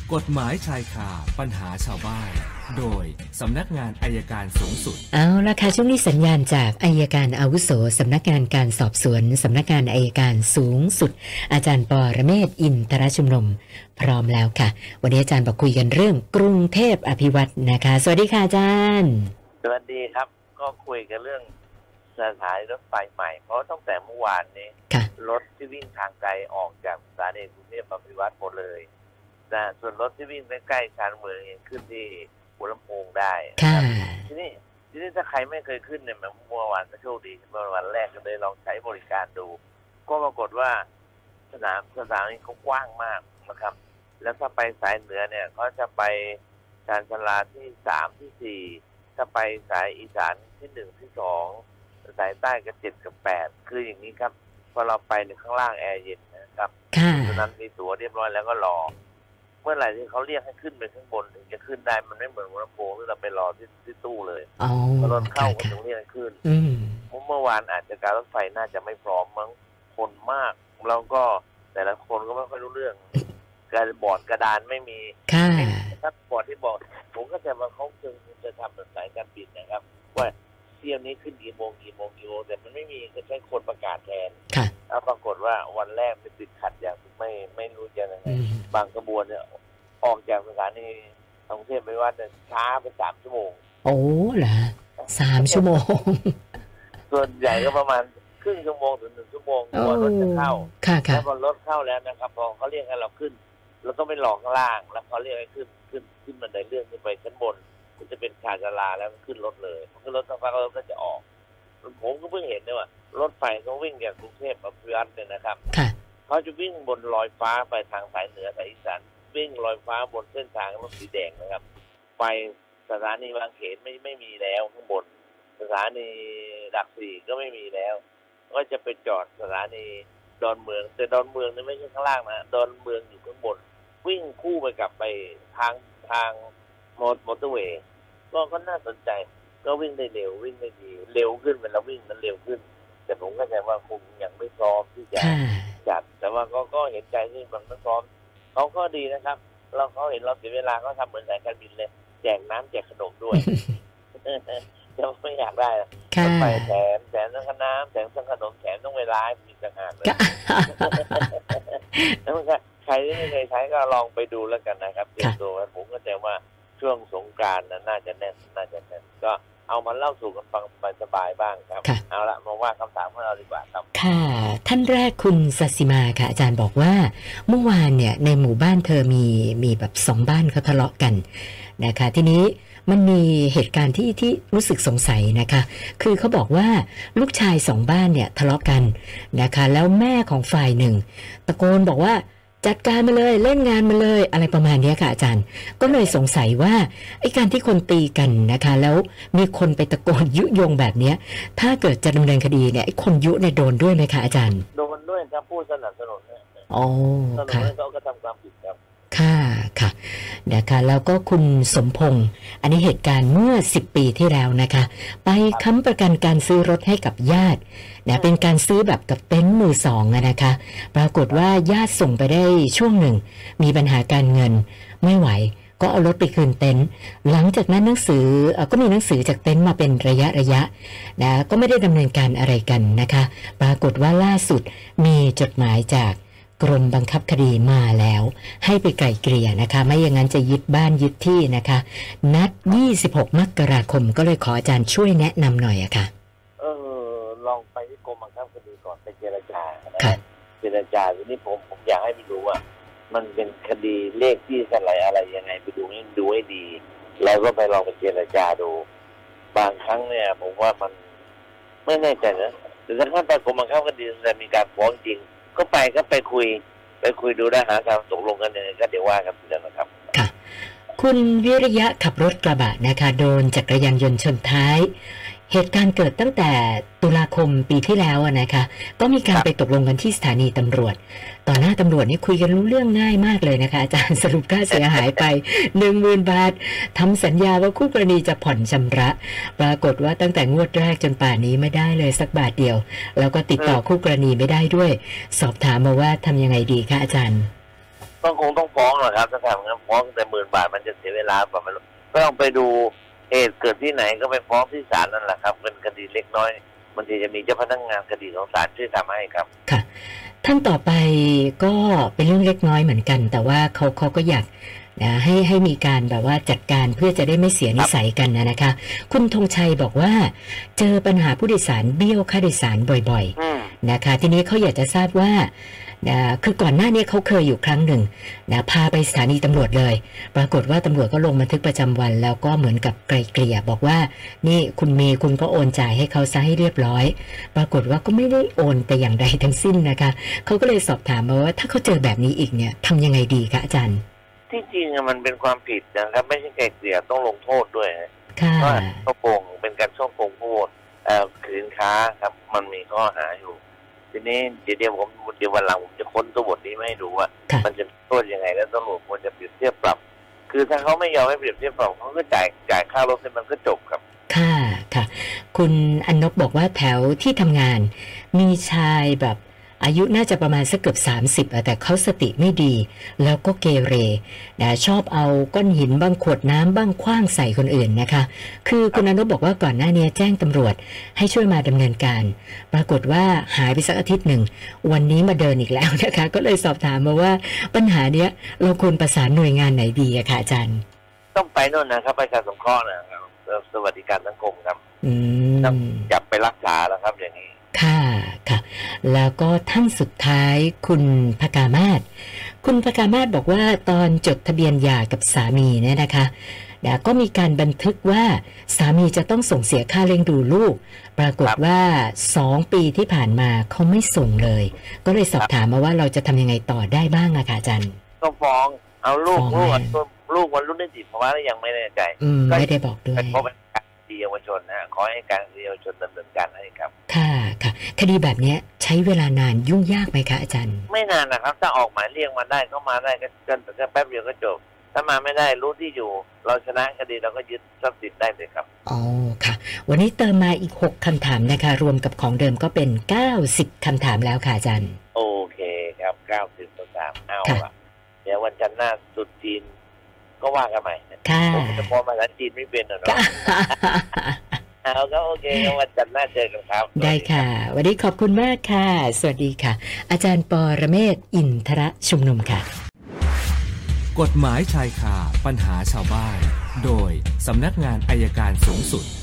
กฎหมายชายคาปัญหาชาวบ้านโดยสำนักงานอัยการสูงสุดเอาล่ะค่ะช่วงนี้สัญญาณจากอัยการอาวุโสสำนักงานการสอบสวนสำนักงานอัยการสูงสุดอาจารย์ปรเมศวร์อินทรชุมนุมพร้อมแล้วค่ะวันนี้อาจารย์บอกคุยกันเรื่องกรุงเทพอภิวัตน์นะคะสวัสดีค่ะอาจารย์สวัสดีครับก็คุยกันเรื่องสถานีรถไฟใหม่เพราะตั้งแต่เมื่อวานนี้รถที่วิ่งทางไกลออกจากสถานีกรุงเทพอภิวัตน์หมดเลยนะส่วนรถที่วิ่งใกล้ๆชานเมืองเองขึ้นที่หัวลำโพงได้ทีนี้ถ้าใครไม่เคยขึ้นเนี่ยเมื่อวานก็โชคดีเมื่อวันแรกก็เลยลองใช้บริการดูก็ปรากฏว่าสถานีเขากว้างมากนะครับแล้วถ้าไปสายเหนือเนี่ยเขาจะไปชานชาลาที่3ที่4ถ้าไปสายอีสานที่1ที่2สายใต้ก็7กับ8คืออย่างนี้ครับพอเราไปในข้างล่างแอร์เย็นนะครับฉะนั้นมีตั๋วเรียบร้อยแล้วก็รอเมื่อไหร่ที่เขาเรียกให้ขึ้นไปข้างบนถึงจะขึ้นได้มันไม่เหมือนหัวลำโพงที่เราไปรอที่ตู้เลยพอรถเข้าก็ต้องเรียกขึ้นเมื่อวานอาจจะการรถไฟน่าจะไม่พร้อมมั้งคนมากแล้วก็แต่ละคนก็ไม่ค่อยรู้เรื่องการบอร์ดกระดานไม่มีถ้าบอร์ดที่บอกผมก็จะมาเขาจะทำแบบสายการบินนะครับว่าเที่ยวนี้ขึ้นกี่โมงแต่มันไม่มีก็ใช้คนประกาศแทนแล้วปรากฏว่าวันแรกเป็นติดขัดอย่างไม่รู้จะยังไงบางขบวนเนี่ยออกจากสถานีกรุงเทพไปวัดเนี่ยช้าไป3 ชั่วโมงโอ้เหรอ3 ชั่วโมงส่วนใหญ่ก็ประมาณครึ่งชั่วโมงถึง1 ชั่วโมงกว่ารถจะเข้าแล้วพอรถเข้าแล้วนะครับพอเขาเรียกให้เราขึ้นเราต้องไปรอข้างล่างแล้วเขาเรียกให้ขึ้นบันไดเลื่อนขึ้นไปชั้นบนก็จะเป็นชานชาลาแล้วขึ้นรถเลยขึ้นรถสักพักรถก็จะออกผมก็เพิ่งเห็นเนี่ยว่ารถไฟเขาวิ่งจากกรุงเทพอภิวัตน์เนี่ยนะครับเขาจะวิ่งบนลอยฟ้าไปทางสายเหนือสายอีสานวิ่งลอยฟ้าบนเส้นทางรถสีแดงนะครับไปสถานีบางเขนไม่มีแล้วข้างบนสถานีหลัก4ก็ไม่มีแล้วก็จะไปจอดสถานีดอนเมืองแต่ดอนเมืองนี่ไม่ใช่ข้างล่างนะดอนเมืองอยู่ข้างบนวิ่งคู่ไปกับไปทางมอเตอร์เวย์ก็น่าสนใจก็วิ่งได้เร็ววิ่งได้ดีเร็วขึ้นเวลาวิ่งมันเร็วขึ้นแต่ผมก็ใจว่าคงยังไม่พร้อมที่จะจัดแต่ว่าก็เห็นใจที่มันไม่พร้อมเขาก็ดีนะครับเขาเห็นเราเสียเวลาเขาทำเหมือนสายการบินเลยแจกน้ำแจกขนมด้วยจะไม่อยากได้ไปแถมทั้งน้ำแถมทั้งขนมแถมต้องเวลามีต่างหากเลยแล้วมันก็ใครที่ไม่เคยใช้ก็ลองไปดูแล้วกันนะครับเตรียมตัวผมก็แต่ว่าช่วงสงกรานต์น่าจะแน่นก็เอามาเล่าสู่กันฟังสบายบ้างครับเอาละมาว่าคำถามของเราดีกว่าครับค่ะท่านแรกคุณศศิมาค่ะอาจารย์บอกว่าเมื่อวานเนี่ยในหมู่บ้านเธอมีแบบ2 บ้านเขาทะเลาะกันนะคะทีนี้มันมีเหตุการณ์ที่รู้สึกสงสัยนะคะคือเขาบอกว่าลูกชาย2 บ้านเนี่ยทะเลาะกันนะคะแล้วแม่ของฝ่ายหนึ่งตะโกนบอกว่าจัดการมาเลยเล่นงานมาเลยอะไรประมาณนี้ค่ะอาจารย์ก็เลยสงสัยว่าไอ้การที่คนตีกันนะคะแล้วมีคนไปตะโกนยุยงแบบนี้ถ้าเกิดจะดำเนินคดีเนี่ยไอ้คนยุเนี่ยโดนด้วยไหมคะอาจารย์โดนด้วยครับผู้สนับสนุนเนี่ยอ๋อค่ะเขาก็ทำความผิดครับค่ะนะคะแล้วก็คุณสมพงษ์อันนี้เหตุการณ์เมื่อ10 ปีที่แล้วนะคะไปค้ำประกันการซื้อรถให้กับญาตินะเป็นการซื้อแบบกับเต็นท์มือ2นะคะปรากฏว่าญาติส่งไปได้ช่วงหนึ่งมีปัญหาการเงินไม่ไหวก็เอารถไปคืนเต็นท์หลังจากนั้นก็มีหนังสือจากเต็นท์มาเป็นระยะนะก็ไม่ได้ดำเนินการอะไรกันนะคะปรากฏว่าล่าสุดมีจดหมายจากกรมบังคับคดีมาแล้วให้ไปไกล่เกลี่ยนะคะไม่อย่างนั้นจะยึดบ้านยึดที่นะคะนัด26 มกราคมก็เลยขออาจารย์ช่วยแนะนำหน่อยอะค่ะลองไปที่กรมบังคับคดีก่อนไปเจรจาทีนี้ผมอยากให้ไปดูว่ามันเป็นคดีเลขที่อะไรยังไงไปดูให้ดีเราก็ไปลองไปเจรจาดูบางครั้งเนี่ยผมว่ามันไม่แน่ใจนะแต่ถ้าไปกรมบังคับคดีจะมีการฟ้องจริงก็ไปคุยดูได้หาการตกลงกันยังไงก็เดี๋ยวว่ากันเรื่องนะครับค่ะคุณวิริยะขับรถกระบะนะคะโดนจักรยานยนต์ชนท้ายเหตุการณ์เกิดตั้งแต่ตุลาคมปีที่แล้วนะคะก็มีการไปตกลงกันที่สถานีตำรวจต่อหน้าตำรวจนี่คุยกันรู้เรื่องง่ายมากเลยนะคะอาจารย์สรุปค่าเสียหายไป 10,000 บาททำสัญญาว่าคู่กรณีจะผ่อนชำระปรากฏว่าตั้งแต่งวดแรกจนป่านนี้ไม่ได้เลยสักบาทเดียวแล้วก็ติดต่อคู่กรณีไม่ได้ด้วยสอบถามมาว่าทำยังไงดีคะอาจารย์ต้องคงต้องฟ้องแหละครับถ้าทำงั้นฟ้องแต่10,000 บาทมันจะเสียเวลาเปล่าไม่รู้ก็ต้องไปดูเหตุเกิดที่ไหนก็ไปฟ้องที่ศาลนั่นแหละครับเป็นคดีเล็กน้อยบางทีจะมีเจ้าพนักงานคดีของศาลช่วยทำให้ครับค่ะท่านต่อไปก็เป็นเรื่องเล็กน้อยเหมือนกันแต่ว่าเขาก็อยากนะให้มีการแบบว่าจัดการเพื่อจะได้ไม่เสียนิสัยกันนะคะคุณธงชัยบอกว่าเจอปัญหาผู้โดยสารเบี้ยวค่าโดยสารบ่อยๆนะคะทีนี้เขาอยากจะทราบว่าคือก่อนหน้านี้เขาเคยอยู่ครั้งหนึ่งนะพาไปสถานีตำรวจเลยปรากฏว่าตำรวจก็ลงบันทึกประจำวันแล้วก็เหมือนกับไกลเกลี่ยบอกว่านี่คุณเมย์คุณก็โอนจ่ายให้เขาซะให้เรียบร้อยปรากฏว่าก็ไม่ได้โอนแต่อย่างใดทั้งสิ้นนะคะเขาก็เลยสอบถามมาว่าถ้าเขาเจอแบบนี้อีกเนี่ยทำยังไงดีคะอาจารย์ที่จริงมันเป็นความผิดนะครับไม่ใช่ไกลเกลี่ยต้องลงโทษด้วยเพราะช่อโกงเป็นการช่อโกงผู้ขืนค้าครับมันมีข้อหาอยู่ทีนี้เดี๋ยววันหลังผมจะค้นตัวบทนี้มาให้ดูว่ามันจะโทษยังไงแล้วตำรวจควรจะเปรียบเทียบปรับคือถ้าเขาไม่ยอมให้เปรียบเทียบปรับเขาก็จ่ายค่ารถให้มันก็จบครับค่ะคุณอนนบบอกว่าแถวที่ทำงานมีชายแบบอายุน่าจะประมาณสักเกือบ30แต่เขาสติไม่ดีแล้วก็เกเรนะชอบเอาก้อนหินบ้างขวดน้ำบ้างขว้างใส่คนอื่นนะคะคือคุณอนนบบอกว่าก่อนหน้านี้แจ้งตำรวจให้ช่วยมาดำเนินการปรากฏว่าหายไปสักอาทิตย์หนึ่งวันนี้มาเดินอีกแล้วนะคะก็เลยสอบถามมาว่าปัญหาเนี้ยเราควรประสานหน่วยงานไหนดีอะค่ะอาจารย์ต้องไปโน่นนะครับประชาสงเคราะห์นะครับสวัสดิการสังคมครับต้องจับไปรักษาแล้วครับอย่างนี้ค่ะแล้วก็ท่านสุดท้ายคุณภกามาศคุณภกามาศบอกว่าตอนจดทะเบียนหย่ากับสามีเนี่ยนะคะก็มีการบันทึกว่าสามีจะต้องส่งเสียค่าเลี้ยงดูลูกปรากฏว่า2 ปีที่ผ่านมาเขาไม่ส่งเลยก็เลยสอบถามมาว่าเราจะทำยังไงต่อได้บ้างอะค่ะอาจารย์ก็ฟ้องเอาลูกวันรุ่นได้จิตเพราะว่ายังไม่แน่ใจไม่ได้บอกด้วยเพราะเป็นการเยาวชนนะขอให้การเยาวชนดำเนินการให้ครับค่ะคดีแบบนี้ใช้เวลานานยุ่งยากไหมคะอาจารย์ไม่นานนะครับถ้าออกหมายเรียกมาได้ก็มาได้ก็แป๊บเดียวก็จบถ้ามาไม่ได้รู้ที่อยู่เราชนะคดีเราก็ยึดทรัพย์สินได้เลยครับอ๋อค่ะวันนี้เติมมาอีก6 คำถามนะคะรวมกับของเดิมก็เป็น90 คำถามแล้วค่ะอาจารย์โอเคครับ90 คำถามเอาละเดี๋ยววันจันทร์หน้าตรุษจีนก็ว่ากันใหม่ค่ะผมจะพอภาษาจีนไม่เป็นเนาะเอาก็โอเควันจันทร์หน้าเจอกันครับได้ค่ะวันนี้ขอบคุณมากค่ะสวัสดีค่ะอาจารย์ปรเมศวร์อินทรชุมนุมค่ะกฎหมายชายคาปัญหาชาวบ้านโดยสำนักงานอัยการสูงสุด